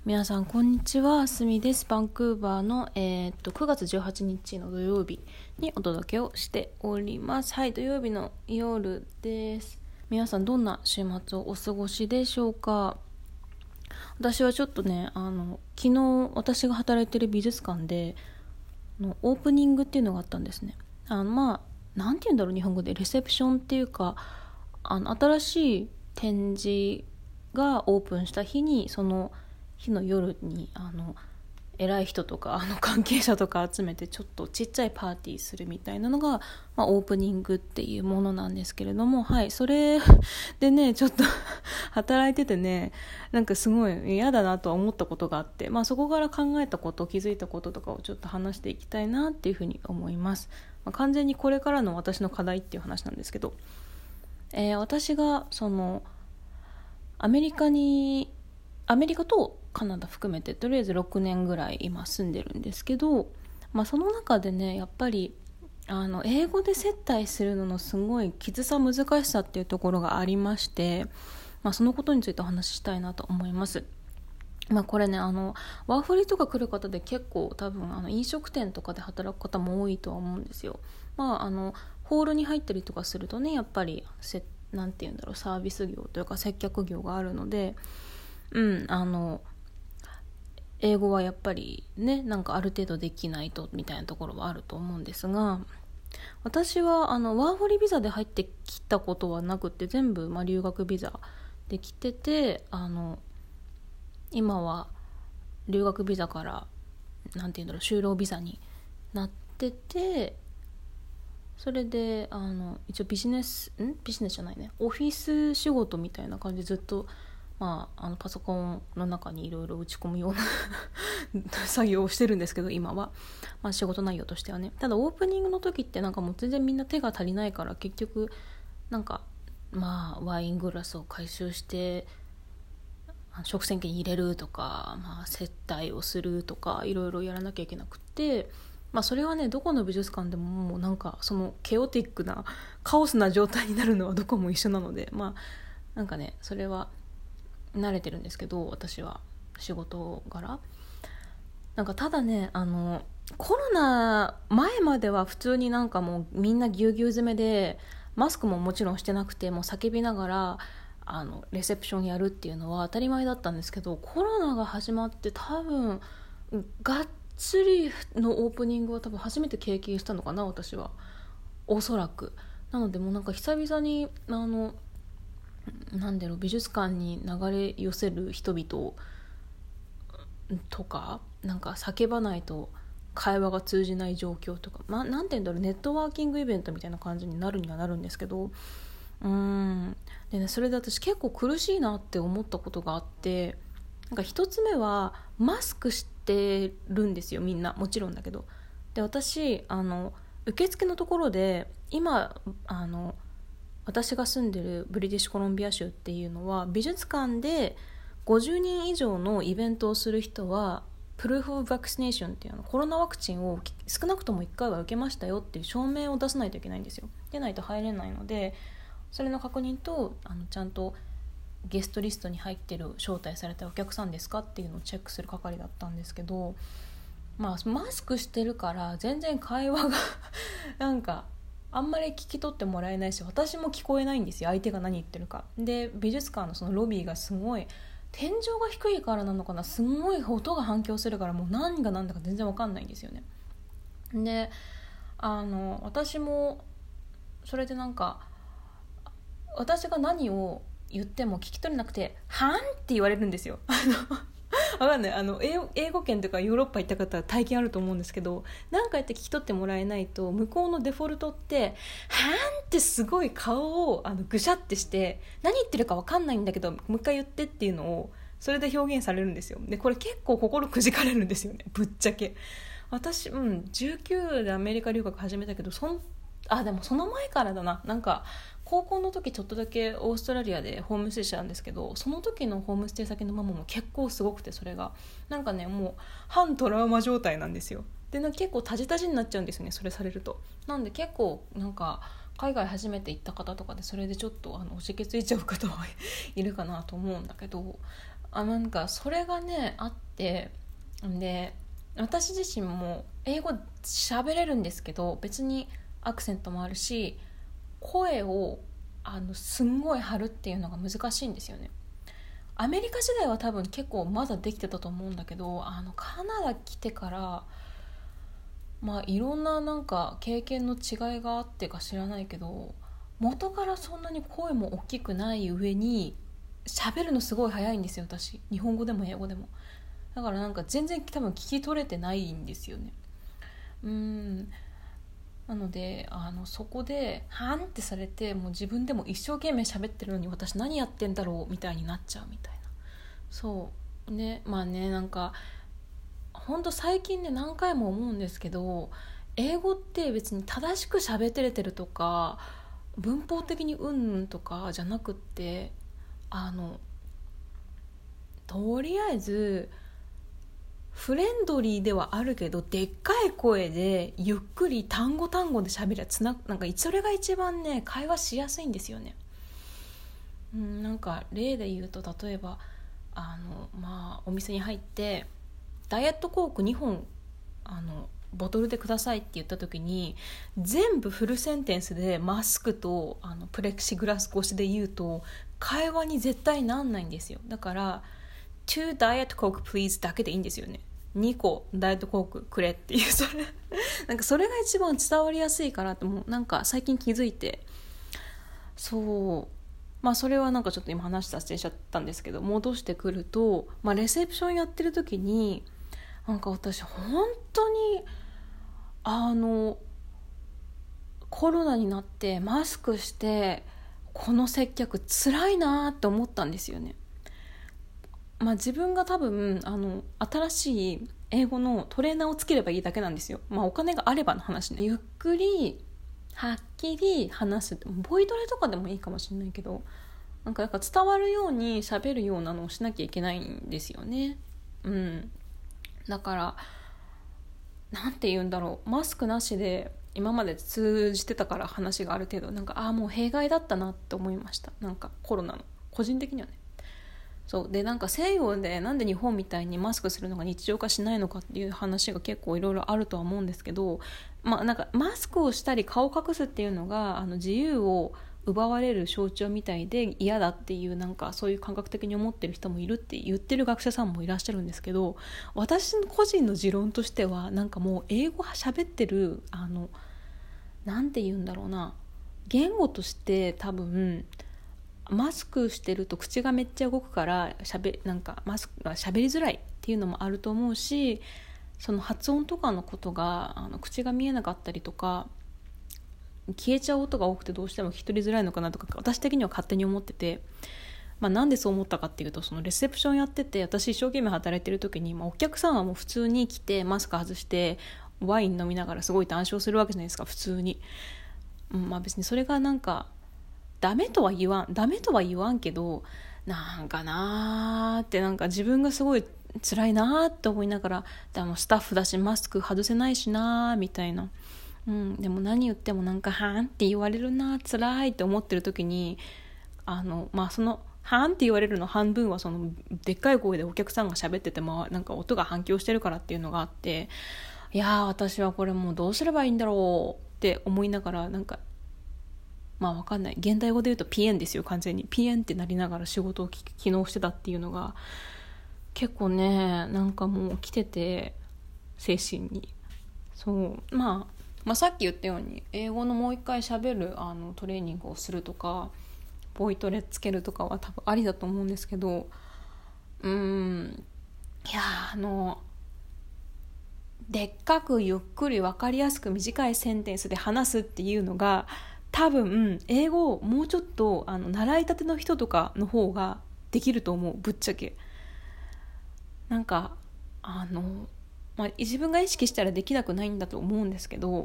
皆さんこんにちは、すみです。バンクーバーの、9月18日の土曜日にお届けをしております。はい、土曜日の夜です。皆さんどんな週末をお過ごしでしょうか。私はちょっとね、昨日私が働いてる美術館でオープニングっていうのがあったんですね。なんて言うんだろう、日本語でレセプションっていうか、新しい展示がオープンした日に、その日の夜に偉い人とか関係者とか集めてちょっとちっちゃいパーティーするみたいなのが、オープニングっていうものなんですけれども、はい、それでねちょっと働いててね、なんかすごい嫌だなとは思ったことがあって、そこから考えたこと、気づいたこととかをちょっと話していきたいなっていうふうに思います。完全にこれからの私の課題っていう話なんですけど、私がアメリカとカナダ含めてとりあえず6年ぐらい今住んでるんですけど、その中でねやっぱり英語で接待するののすごいきつさ、難しさっていうところがありまして、そのことについてお話ししたいなと思います。これねワーホリとか来る方で結構多分飲食店とかで働く方も多いとは思うんですよ。ホールに入ったりとかするとね、やっぱりなんて言うんだろう、サービス業というか接客業があるので、英語はやっぱりね、なんかある程度できないとみたいなところはあると思うんですが、私はワーホリビザで入ってきたことはなくて、全部留学ビザで来てて、今は留学ビザからなんていうんだろう、就労ビザになってて、それで一応ビジネスじゃないね、オフィス仕事みたいな感じでずっと、パソコンの中にいろいろ打ち込むような作業をしてるんですけど、今は、仕事内容としてはね。ただオープニングの時ってなんかもう全然みんな手が足りないから、結局なんかワイングラスを回収して食洗機に入れるとか、接待をするとかいろいろやらなきゃいけなくって、それはねどこの美術館でももうなんかそのケオティックなカオスな状態になるのはどこも一緒なので、なんかねそれは慣れてるんですけど、私は仕事柄なんか、ただねコロナ前までは普通になんかもうみんなぎゅうぎゅう詰めで、マスクももちろんしてなくて、もう叫びながらレセプションやるっていうのは当たり前だったんですけど、コロナが始まって多分がっつりのオープニングは多分初めて経験したのかな、私は。おそらく。なのでもうなんか久々になんだろう、美術館に流れ寄せる人々とか、なんか叫ばないと会話が通じない状況とか、なんていうんだろう、ネットワーキングイベントみたいな感じになるにはなるんですけど、でね、それで私結構苦しいなって思ったことがあって、なんか一つ目はマスクしてるんですよ、みんな。もちろんだけど。で、私受付のところで今私が住んでるブリティッシュコロンビア州っていうのは、美術館で50人以上のイベントをする人はプルーフ・オブ・バクシネーションっていうコロナワクチンを少なくとも1回は受けましたよっていう証明を出さないといけないんですよ。でないと入れないので、それの確認とちゃんとゲストリストに入ってる招待されたお客さんですかっていうのをチェックする係だったんですけど、マスクしてるから全然会話がなんかあんまり聞き取ってもらえないし、私も聞こえないんですよ、相手が何言ってるかで。美術館のそのロビーがすごい天井が低いからなのかな、すごい音が反響するから、もう何が何だか全然わかんないんですよね。で私もそれでなんか、私が何を言っても聞き取れなくて、はんって言われるんですよ。わかんない、英語圏とかヨーロッパ行った方は体験あると思うんですけど、何かやって聞き取ってもらえないと、向こうのデフォルトってはんってすごい顔をぐしゃってして、何言ってるかわかんないんだけどもう一回言ってっていうのをそれで表現されるんですよ。でこれ結構心くじかれるんですよね、ぶっちゃけ。私19でアメリカ留学始めたけど、でもその前からだな。なんか高校の時ちょっとだけオーストラリアでホームステイしてたんですけど、その時のホームステイ先のママも結構すごくて、それがなんかねもう反トラウマ状態なんですよ。で結構タジタジになっちゃうんですよね、それされると。なんで結構なんか海外初めて行った方とかでそれでちょっとおじけついちゃう方はいるかなと思うんだけど、 なんかそれがねあって、で私自身も英語喋れるんですけど、別にアクセントもあるし、声をすんごい張るっていうのが難しいんですよね。アメリカ時代は多分結構まだできてたと思うんだけど、カナダ来てからいろんななんか経験の違いがあってか知らないけど、元からそんなに声も大きくない上に喋るのすごい早いんですよ私。日本語でも英語でも。だからなんか全然多分聞き取れてないんですよね。なのでそこではんってされて、もう自分でも一生懸命喋ってるのに私何やってんだろうみたいになっちゃうみたいな。そうね、なんかほんと最近ね何回も思うんですけど、英語って別に正しく喋ってれてるとか文法的にとかじゃなくって、とりあえずフレンドリーではあるけどでっかい声でゆっくり単語単語で喋りゃなんかそれが一番ね会話しやすいんですよね。なんか例で言うと、例えばお店に入ってダイエットコーク2本ボトルでくださいって言った時に、全部フルセンテンスでマスクとプレキシグラス越しで言うと会話に絶対なんないんですよ。だから2 Diet Coke please だけでいいんですよね。2個ダイエットコークくれっていう、それなんかそれが一番伝わりやすいからって、もうなんか最近気づいて、それはなんかちょっと今話脱線しちゃったんですけど、戻してくると、レセプションやってる時になんか私本当にコロナになってマスクしてこの接客辛いなって思ったんですよね。自分が多分新しい英語のトレーナーをつければいいだけなんですよ。お金があればの話ね。ゆっくりはっきり話す、ボイトレとかでもいいかもしれないけど、なんか伝わるように喋るようなのをしなきゃいけないんですよね。だからなんて言うんだろう、マスクなしで今まで通じてたから話がある程度なんかもう弊害だったなって思いました。なんかコロナの個人的にはね。そうで、なんか西洋でなんで日本みたいにマスクするのが日常化しないのかっていう話が結構いろいろあるとは思うんですけど、なんかマスクをしたり顔を隠すっていうのが自由を奪われる象徴みたいで嫌だっていう、なんかそういう感覚的に思ってる人もいるって言ってる学者さんもいらっしゃるんですけど、私の個人の持論としてはなんかもう英語喋ってるなんて言うんだろうな、言語として多分マスクしてると口がめっちゃ動くからなんかマスクが喋りづらいっていうのもあると思うし、その発音とかのことが口が見えなかったりとか消えちゃう音が多くてどうしても聞き取りづらいのかなとか私的には勝手に思ってて、なんでそう思ったかっていうと、そのレセプションやってて私一生懸命働いてる時に、お客さんはもう普通に来てマスク外してワイン飲みながらすごい談笑するわけじゃないですか普通に。別にそれがなんかダメとは言わんけど、なんかなーって、なんか自分がすごい辛いなーって思いながら、でもスタッフだしマスク外せないしなーみたいな、でも何言ってもなんかはーんって言われるなー辛いって思ってる時にそのはーんって言われるの半分はそのでっかい声でお客さんが喋っててもなんか音が反響してるからっていうのがあって、いやー私はこれもうどうすればいいんだろうって思いながら、なんかわかんない、現代語で言うとピエンですよ、完全にピエンってなりながら仕事を機能してたっていうのが結構ね、なんかもう来てて精神に。さっき言ったように英語のもう一回喋るトレーニングをするとかボイトレつけるとかは多分ありだと思うんですけど、いやでっかくゆっくり分かりやすく短いセンテンスで話すっていうのが多分英語をもうちょっと習いたての人とかの方ができると思う、ぶっちゃけ。なんか自分が意識したらできなくないんだと思うんですけど、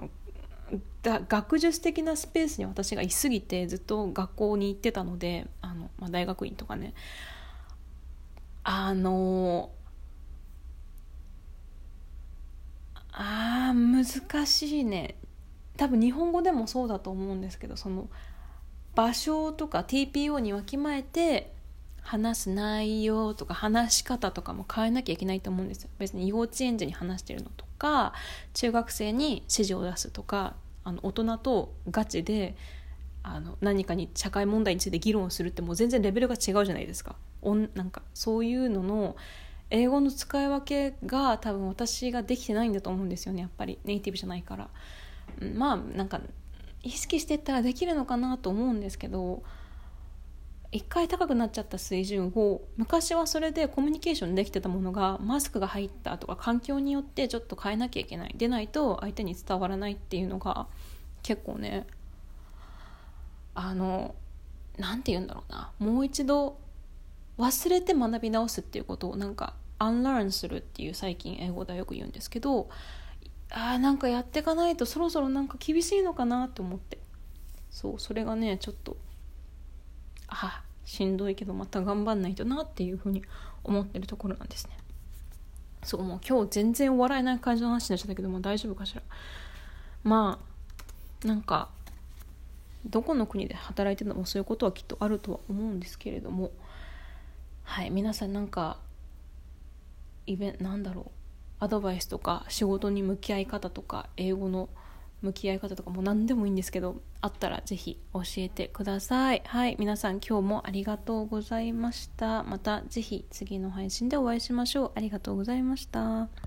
学術的なスペースに私が居すぎてずっと学校に行ってたので大学院とかね、難しいね。多分日本語でもそうだと思うんですけど、その場所とか TPO にわきまえて話す内容とか話し方とかも変えなきゃいけないと思うんですよ。別に幼稚園児に話してるのとか中学生に指示を出すとか、大人とガチで何かに社会問題について議論をするってもう全然レベルが違うじゃないですか。なんかそういうのの英語の使い分けが多分私ができてないんだと思うんですよね。やっぱりネイティブじゃないから。まあなんか意識していったらできるのかなと思うんですけど、一回高くなっちゃった水準を昔はそれでコミュニケーションできてたものがマスクが入ったとか環境によってちょっと変えなきゃいけない、でないと相手に伝わらないっていうのが結構ね、なんて言うんだろうな、もう一度忘れて学び直すっていうことをなんかunlearn するっていう最近英語ではよく言うんですけど、なんかやっていかないとそろそろなんか厳しいのかなと思って、それがねちょっとしんどいけどまた頑張んないとなっていうふうに思ってるところなんですね。もう今日全然笑えない感じの話になっちゃったけども大丈夫かしら。まあなんかどこの国で働いてるのもそういうことはきっとあるとは思うんですけれども、皆さんなんかなんだろう、アドバイスとか仕事に向き合い方とか英語の向き合い方とかも何でもいいんですけど、あったらぜひ教えてください。皆さん今日もありがとうございました。またぜひ次の配信でお会いしましょう。ありがとうございました。